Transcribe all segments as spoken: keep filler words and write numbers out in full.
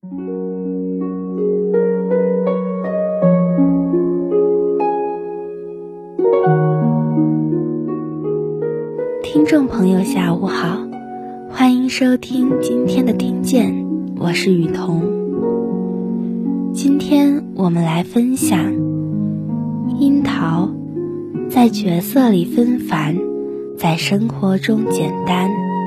听众朋友下午好，欢迎收听今天的听见，我是雨桐。今天我们来分享樱桃在角色里纷繁，在生活中简单。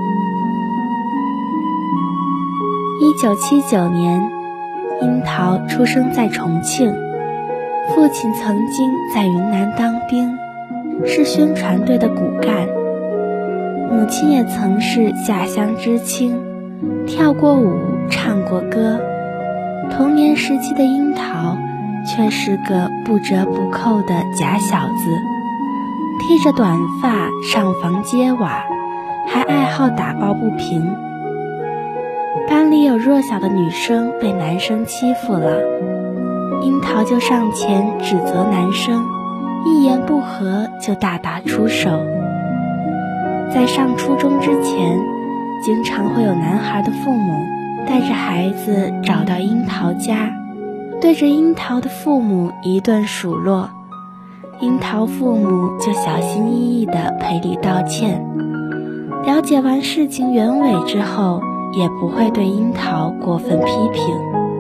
一九七九年，樱桃出生在重庆，父亲曾经在云南当兵，是宣传队的骨干，母亲也曾是下乡知青，跳过舞，唱过歌。童年时期的樱桃却是个不折不扣的假小子，剃着短发上房揭瓦，还爱好打抱不平。班里有弱小的女生被男生欺负了，樱桃就上前指责男生，一言不合就大打出手。在上初中之前，经常会有男孩的父母带着孩子找到樱桃家，对着樱桃的父母一顿数落，樱桃父母就小心翼翼地赔礼道歉，了解完事情原委之后，也不会对樱桃过分批评。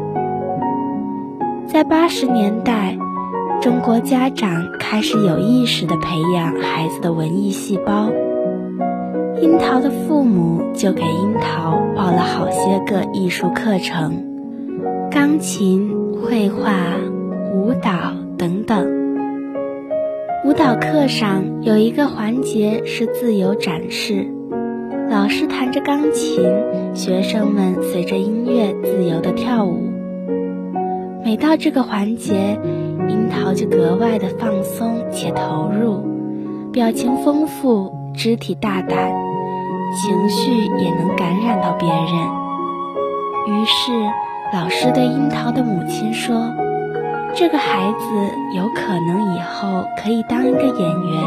在八十年代，中国家长开始有意识地培养孩子的文艺细胞，樱桃的父母就给樱桃报了好些个艺术课程，钢琴、绘画、舞蹈等等。舞蹈课上有一个环节是自由展示，老师弹着钢琴，学生们随着音乐自由地跳舞。每到这个环节，樱桃就格外的放松且投入，表情丰富，肢体大胆，情绪也能感染到别人。于是老师对樱桃的母亲说，这个孩子有可能以后可以当一个演员。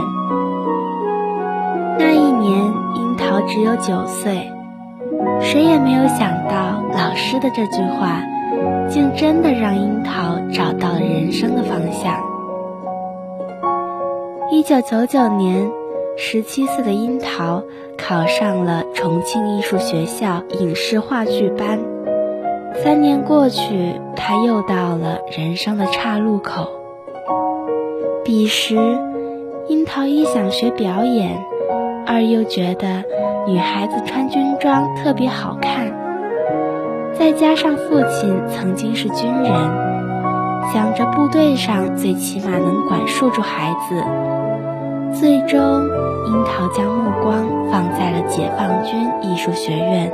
那一年樱桃只有九岁，谁也没有想到老师的这句话竟真的让樱桃找到了人生的方向。一九九九年，十七岁的樱桃考上了重庆艺术学校影视话剧班。三年过去，她又到了人生的岔路口。彼时，樱桃一想学表演，二又觉得女孩子穿军装特别好看，再加上父亲曾经是军人，想着部队上最起码能管束住孩子，最终樱桃将目光放在了解放军艺术学院。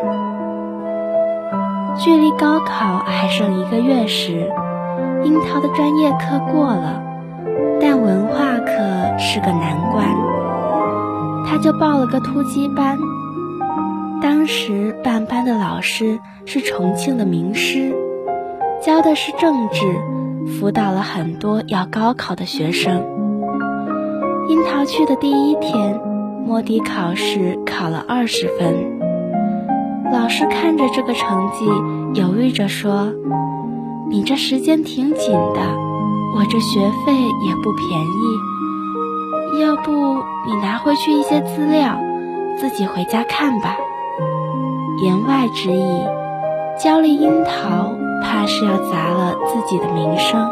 距离高考还剩一个月时，樱桃的专业课过了，但文化课是个难关，他就报了个突击班。当时办班的老师是重庆的名师，教的是政治，辅导了很多要高考的学生。樱桃去的第一天，摸底考试考了二十分。老师看着这个成绩，犹豫着说，你这时间挺紧的，我这学费也不便宜，要不你拿回去一些资料，自己回家看吧。言外之意，教了樱桃怕是要砸了自己的名声。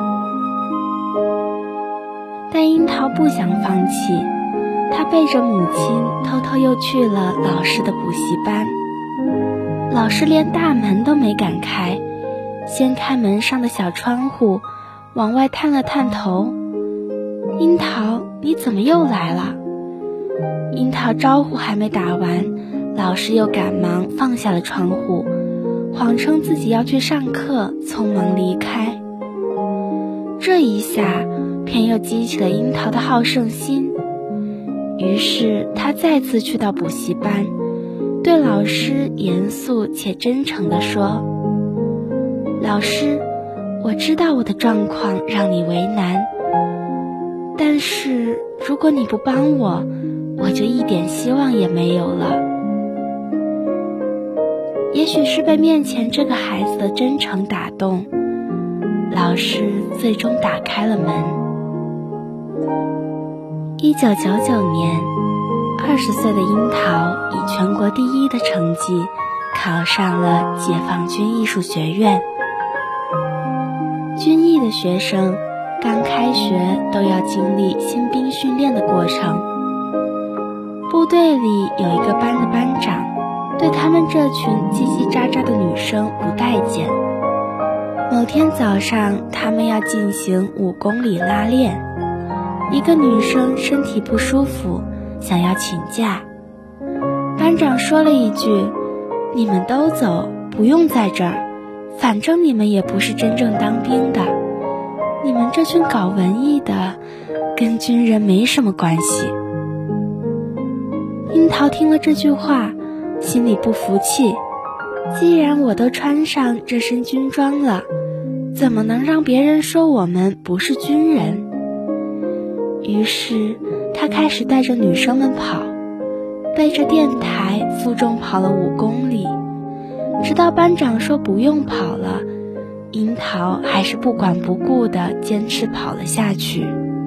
但樱桃不想放弃，她背着母亲偷偷又去了老师的补习班。老师连大门都没敢开，掀开门上的小窗户，往外探了探头，樱桃，你怎么又来了？樱桃招呼还没打完，老师又赶忙放下了窗户，谎称自己要去上课，匆忙离开。这一下偏又激起了樱桃的好胜心，于是他再次去到补习班，对老师严肃且真诚地说，老师，我知道我的状况让你为难，但是如果你不帮我，我就一点希望也没有了。 也许是被面前这个孩子的真诚打动，老师最终打开了门。一九九九年，二十岁的樱桃以全国第一的成绩考上了解放军艺术学院。军艺的学生刚开学都要经历新兵训练的过程，部队里有一个班的班长对他们这群叽叽喳喳的女生不待见。某天早上，他们要进行五公里拉练，一个女生身体不舒服，想要请假。班长说了一句：“你们都走，不用在这儿，反正你们也不是真正当兵的，你们这群搞文艺的，跟军人没什么关系。”樱桃听了这句话，心里不服气，既然我都穿上这身军装了，怎么能让别人说我们不是军人？于是他开始带着女生们跑，背着电台负重跑了五公里，直到班长说不用跑了，樱桃还是不管不顾地坚持跑了下去。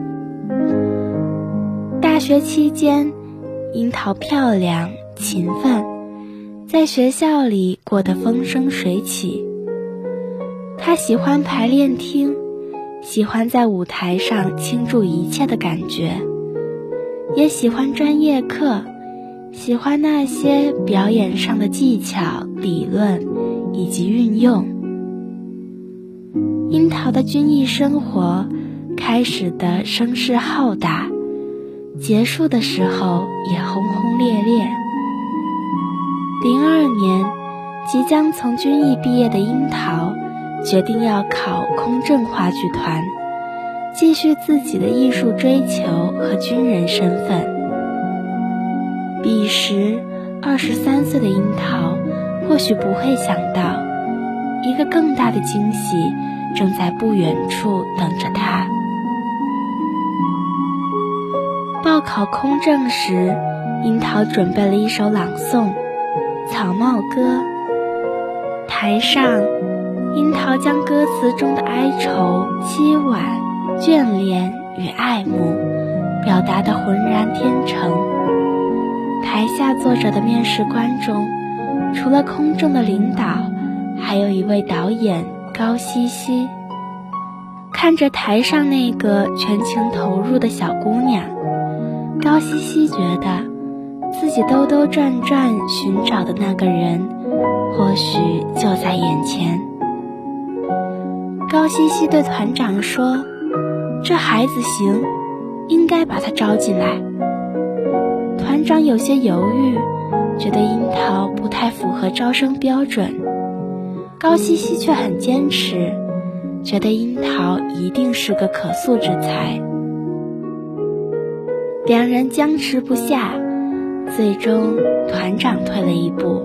大学期间，樱桃漂亮勤奋，在学校里过得风生水起。她喜欢排练厅，喜欢在舞台上倾注一切的感觉，也喜欢专业课，喜欢那些表演上的技巧、理论以及运用。樱桃的军艺生活开始的声势浩大，结束的时候也轰轰烈烈。零二年，即将从军艺毕业的樱桃决定要考空政话剧团，继续自己的艺术追求和军人身份。彼时二十三岁的樱桃或许不会想到，一个更大的惊喜正在不远处等着他。报考空政时，樱桃准备了一首朗诵《草帽歌》。台上，樱桃将歌词中的哀愁、凄婉、眷恋与爱慕表达得浑然天成。台下坐着的面试官中，除了空政的领导，还有一位导演高希希。看着台上那个全情投入的小姑娘，高希希觉得自己兜兜转转寻找的那个人或许就在眼前。高希希对团长说：“这孩子行，应该把他招进来。”团长有些犹豫，觉得樱桃不太符合招生标准。高希希却很坚持，觉得樱桃一定是个可塑之才。两人僵持不下，最终团长退了一步。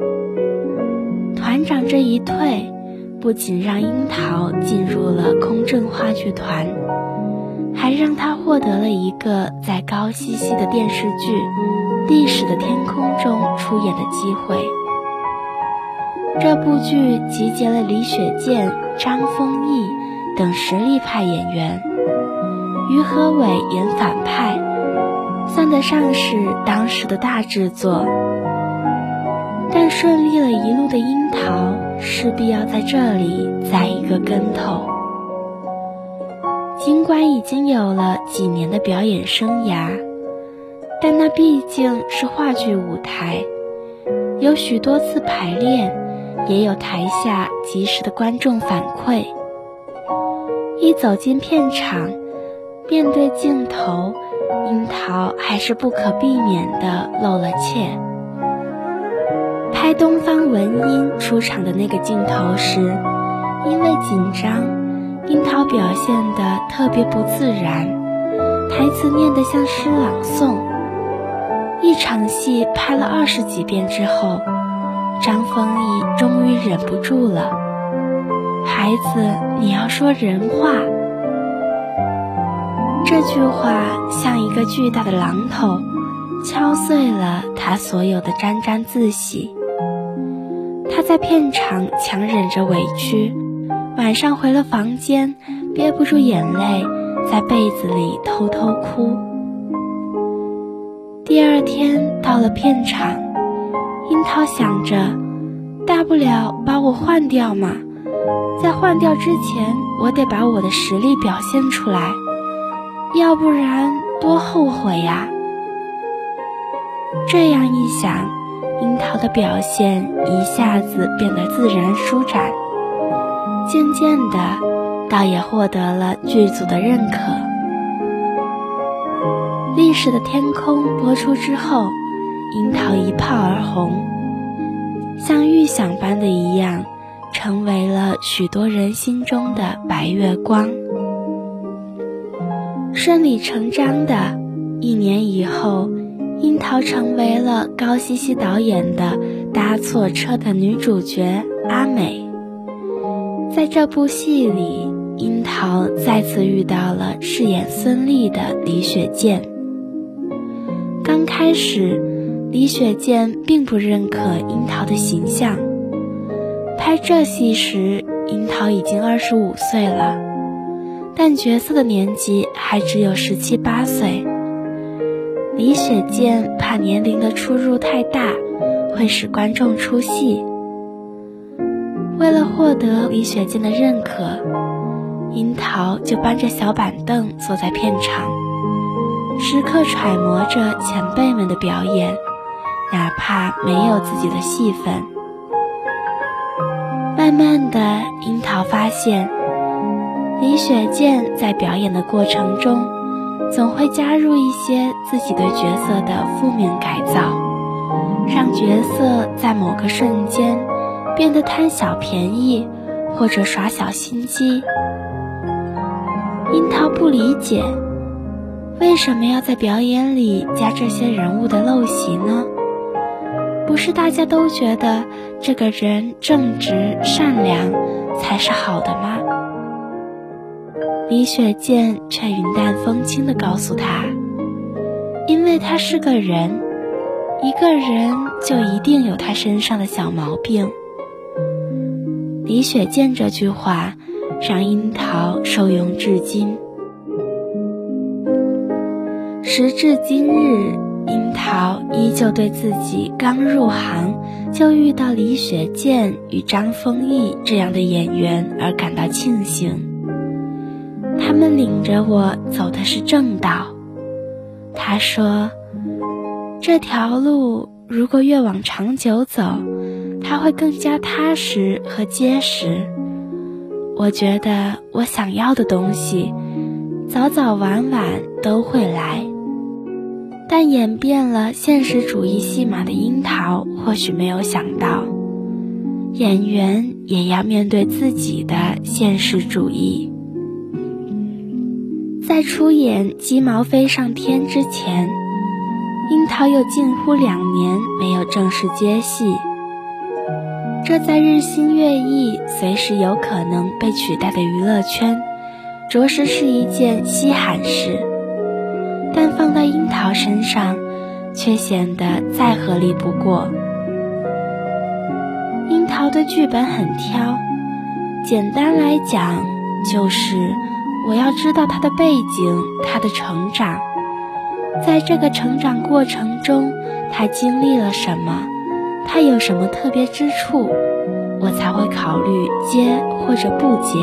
团长这一退，不仅让樱桃进入了空政话剧团，还让他获得了一个在高希希的电视剧《历史的天空》中出演的机会。这部剧集结了李雪健、张丰毅等实力派演员，于和伟演反派，算得上是当时的大制作。但顺利了一路的樱桃势必要在这里栽一个跟头。尽管已经有了几年的表演生涯，但那毕竟是话剧舞台，有许多次排练，也有台下及时的观众反馈。一走进片场，面对镜头，樱桃还是不可避免地露了怯。拍东方文音出场的那个镜头时，因为紧张，樱桃表现得特别不自然，台词念得像诗朗诵。一场戏拍了二十几遍之后，张丰毅终于忍不住了：“孩子，你要说人话。”这句话像一个巨大的榔头，敲碎了他所有的沾沾自喜。 他在片场强忍着委屈，晚上回了房间，憋不住眼泪，在被子里偷偷哭。第二天到了片场，樱桃想着，大不了把我换掉嘛，在换掉之前，我得把我的实力表现出来，要不然多后悔呀。这样一想，樱桃的表现一下子变得自然舒展，渐渐的倒也获得了剧组的认可。历史的天空播出之后，樱桃一炮而红，像预想般的一样，成为了许多人心中的白月光。顺理成章的，一年以后，樱桃成为了高希希导演的《搭错车》的女主角阿美。在这部戏里，樱桃再次遇到了饰演孙俪的李雪健。刚开始，李雪健并不认可樱桃的形象。拍这戏时，樱桃已经二十五岁了，但角色的年纪还只有十七八岁。李雪健怕年龄的出入太大，会使观众出戏。为了获得李雪健的认可，樱桃就搬着小板凳坐在片场，时刻揣摩着前辈们的表演，哪怕没有自己的戏份。慢慢的，樱桃发现李雪健在表演的过程中总会加入一些自己对角色的负面改造，让角色在某个瞬间变得贪小便宜或者耍小心机。樱桃不理解，为什么要在表演里加这些人物的陋习呢？不是大家都觉得这个人正直善良才是好的吗？李雪健却云淡风轻地告诉他，因为他是个人，一个人就一定有他身上的小毛病。李雪健这句话让樱桃受用至今。时至今日，樱桃依旧对自己刚入行就遇到李雪健与张丰毅这样的演员而感到庆幸。他们领着我走的是正道。他说，这条路如果越往长久走，它会更加踏实和结实。我觉得我想要的东西早早晚晚都会来。但演变了现实主义戏码的樱桃或许没有想到，演员也要面对自己的现实主义。在出演《鸡毛飞上天》之前，樱桃有近乎两年没有正式接戏，这在日新月异、随时有可能被取代的娱乐圈，着实是一件稀罕事。但放到樱桃身上，却显得再合理不过。樱桃对剧本很挑，简单来讲，就是我要知道他的背景，他的成长，在这个成长过程中，他经历了什么，他有什么特别之处，我才会考虑接或者不接。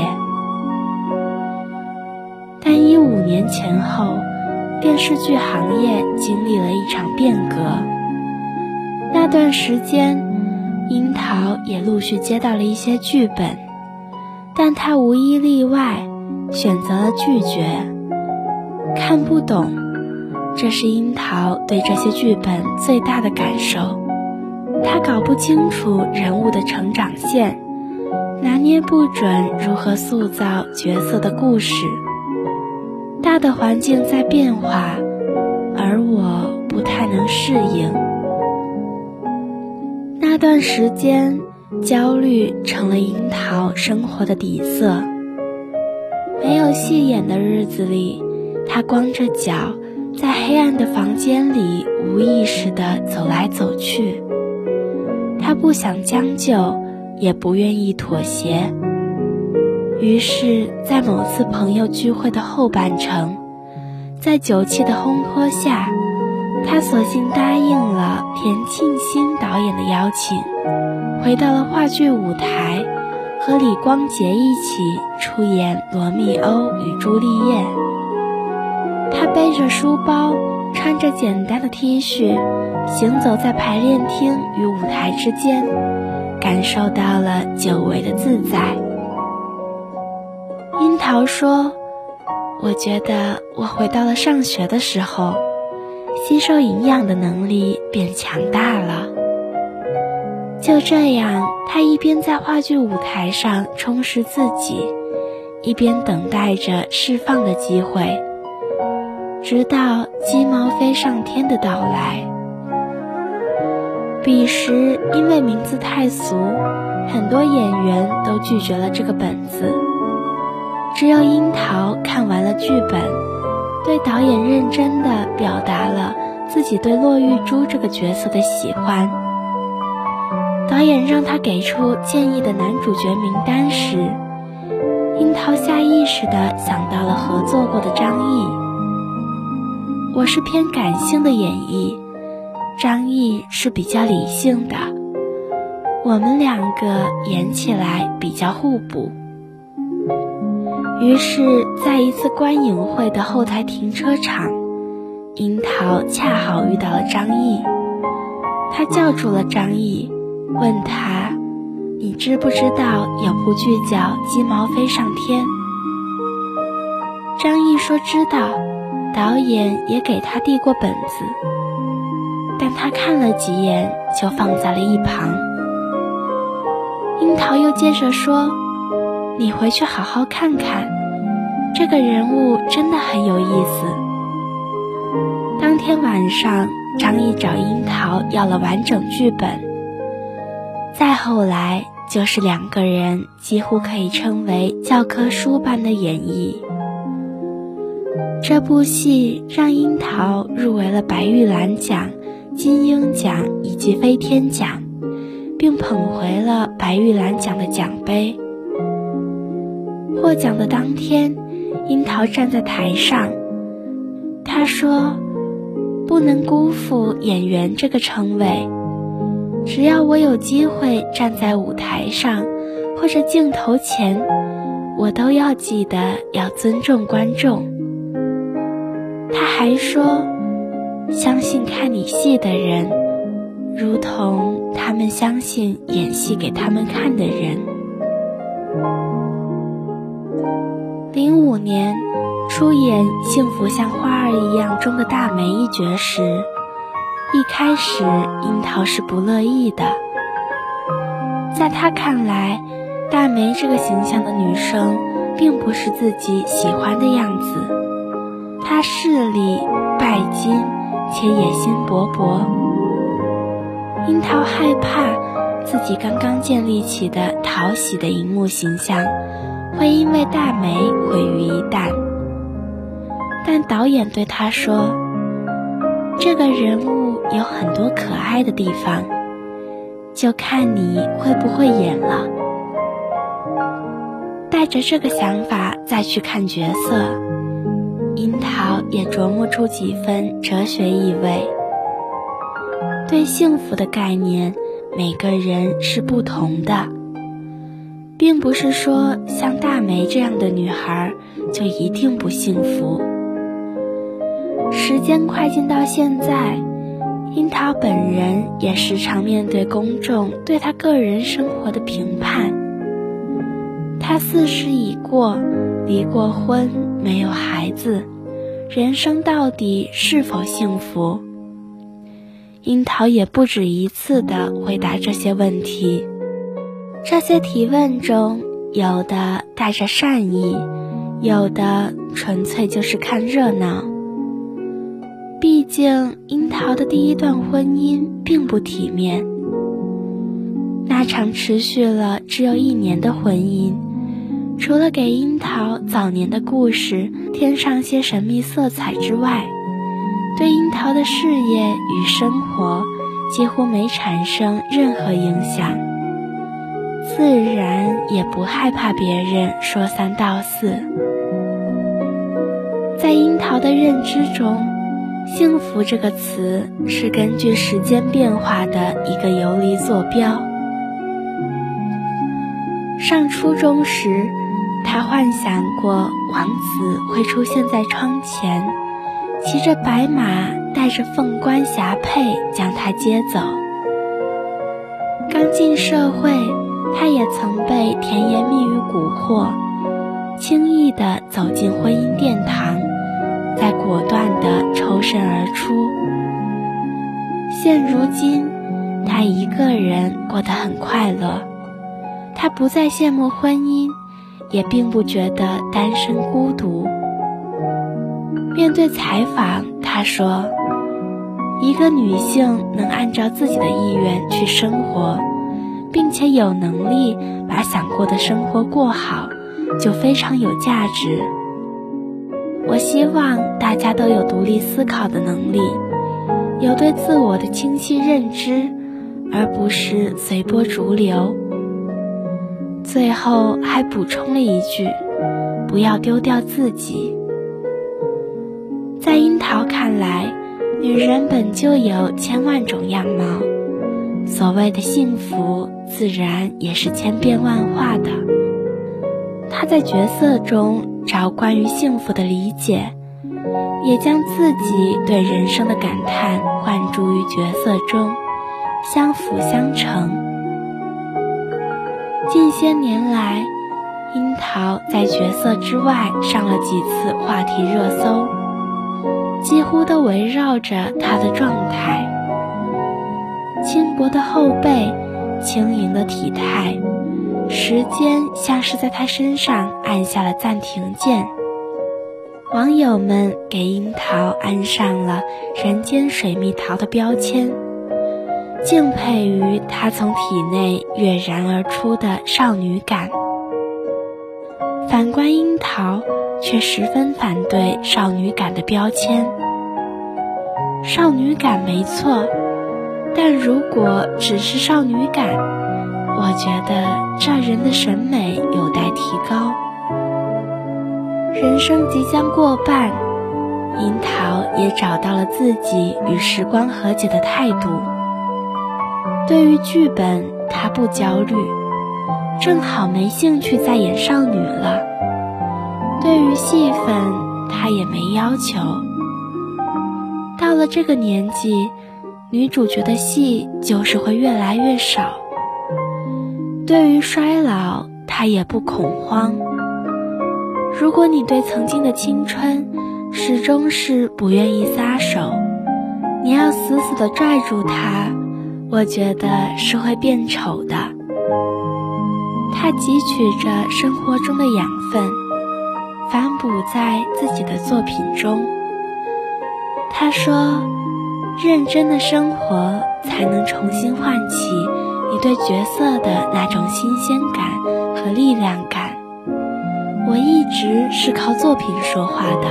但一五年前后，电视剧行业经历了一场变革。那段时间，樱桃也陆续接到了一些剧本，但她无一例外选择了拒绝。看不懂，这是樱桃对这些剧本最大的感受。她搞不清楚人物的成长线，拿捏不准如何塑造角色的故事。大的环境在变化，而我不太能适应。那段时间，焦虑成了樱桃生活的底色。没有戏演的日子里，她光着脚在黑暗的房间里无意识地走来走去。她他不想将就，也不愿意妥协。于是在某次朋友聚会的后半程，在酒气的烘托下，他索性答应了田沁鑫导演的邀请，回到了话剧舞台，和李光洁一起出演《罗密欧与朱丽叶》。他背着书包，穿着简单的 T 恤，行走在排练厅与舞台之间，感受到了久违的自在。樱桃说，我觉得我回到了上学的时候，吸收营养的能力变强大了。就这样，他一边在话剧舞台上充实自己，一边等待着释放的机会，直到鸡毛飞上天的到来。彼时因为名字太俗，很多演员都拒绝了这个本子，只有樱桃看完了剧本，对导演认真地表达了自己对骆玉珠这个角色的喜欢。导演让他给出建议的男主角名单时，樱桃下意识地想到了合作过的张译。我是偏感性的演绎，张译是比较理性的，我们两个演起来比较互补。于是在一次观影会的后台停车场，樱桃恰好遇到了张译。他叫住了张译，问他，你知不知道有部剧叫《鸡毛飞上天》？张译说知道，导演也给他递过本子，但他看了几眼就放在了一旁。樱桃又接着说，你回去好好看看，这个人物真的很有意思。当天晚上，张译找樱桃要了完整剧本，再后来就是两个人几乎可以称为教科书般的演绎。这部戏让樱桃入围了白玉兰奖、金鹰奖以及飞天奖，并捧回了白玉兰奖的奖杯。获奖的当天，樱桃站在台上，她说，不能辜负演员这个称谓，只要我有机会站在舞台上或者镜头前，我都要记得要尊重观众。他还说，相信看你戏的人，如同他们相信演戏给他们看的人。零五年出演《幸福像花儿一样》中的大梅一角时，一开始樱桃是不乐意的。在他看来，大梅这个形象的女生并不是自己喜欢的样子，她势利、拜金且野心勃勃。樱桃害怕自己刚刚建立起的讨喜的荧幕形象会因为大梅毁于一旦。但导演对他说，这个人物有很多可爱的地方，就看你会不会演了。带着这个想法再去看角色，樱桃也琢磨出几分哲学意味。对幸福的概念，每个人是不同的，并不是说像大梅这样的女孩就一定不幸福。时间快进到现在，樱桃本人也时常面对公众对她个人生活的评判。她四十已过，离过婚，没有孩子，人生到底是否幸福？樱桃也不止一次地回答这些问题。这些提问中，有的带着善意，有的纯粹就是看热闹。毕竟樱桃的第一段婚姻并不体面，那场持续了只有一年的婚姻，除了给樱桃早年的故事添上些神秘色彩之外，对樱桃的事业与生活几乎没产生任何影响，自然也不害怕别人说三道四。在樱桃的认知中，幸福这个词是根据时间变化的一个游离坐标。上初中时，他幻想过王子会出现在窗前，骑着白马，带着凤冠霞帔将他接走。刚进社会，他也曾被甜言蜜语蛊惑，轻易地走进婚姻殿堂，再果断地抽身而出。现如今，他一个人过得很快乐，他不再羡慕婚姻，也并不觉得单身孤独。面对采访，他说，一个女性能按照自己的意愿去生活，并且有能力把想过的生活过好，就非常有价值。我希望大家都有独立思考的能力，有对自我的清晰认知，而不是随波逐流。最后还补充了一句，不要丢掉自己。在樱桃看来，女人本就有千万种样貌，所谓的幸福自然也是千变万化的。她在角色中找关于幸福的理解，也将自己对人生的感叹灌注于角色中，相辅相成。近些年来，樱桃在角色之外上了几次话题热搜，几乎都围绕着她的状态。轻薄的后背，轻盈的体态，时间像是在她身上按下了暂停键。网友们给樱桃安上了人间水蜜桃的标签，敬佩于她从体内跃然而出的少女感。反观樱桃，却十分反对少女感的标签。少女感没错，但如果只是少女感，我觉得这人的审美有待提高。人生即将过半，樱桃也找到了自己与时光和解的态度。对于剧本，她不焦虑，正好没兴趣再演少女了。对于戏份，她也没要求。到了这个年纪，女主角的戏就是会越来越少。对于衰老，她也不恐慌。如果你对曾经的青春始终是不愿意撒手，你要死死地拽住它，我觉得是会变丑的。他汲取着生活中的养分，反哺在自己的作品中。他说，认真的生活才能重新唤起你对角色的那种新鲜感和力量感。我一直是靠作品说话的。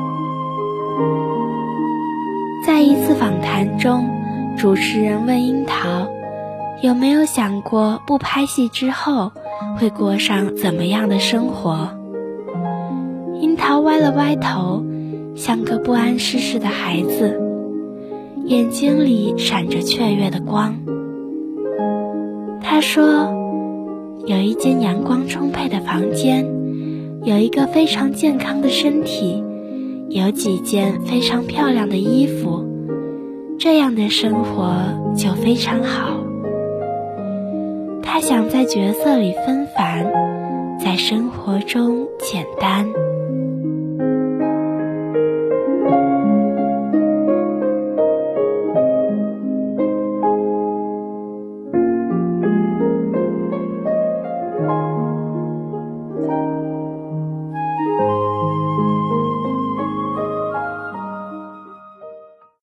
在一次访谈中，主持人问樱桃，有没有想过不拍戏之后会过上怎么样的生活？樱桃歪了歪头，像个不谙世事的孩子，眼睛里闪着雀跃的光。他说，有一间阳光充沛的房间，有一个非常健康的身体，有几件非常漂亮的衣服，这样的生活就非常好。他想在角色里纷繁，在生活中简单。